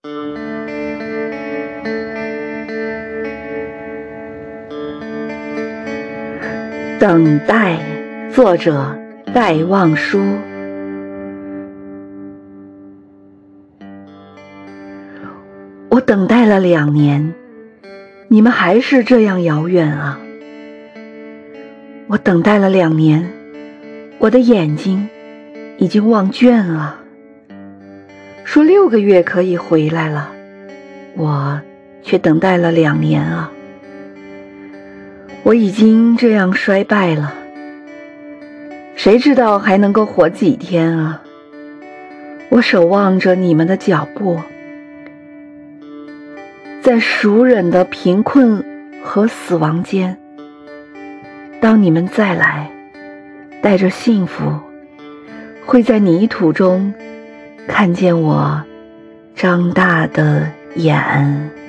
等待，作者戴望舒。我等待了2年，你们还是这样遥远啊！我等待了2年，我的眼睛已经望倦了。说6个月可以回来了，我却等待了2年啊！我已经这样衰败了，谁知道还能够活几天啊？我守望着你们的脚步，在熟忍的贫困和死亡间，当你们再来，带着幸福，会在泥土中看见我张大的眼。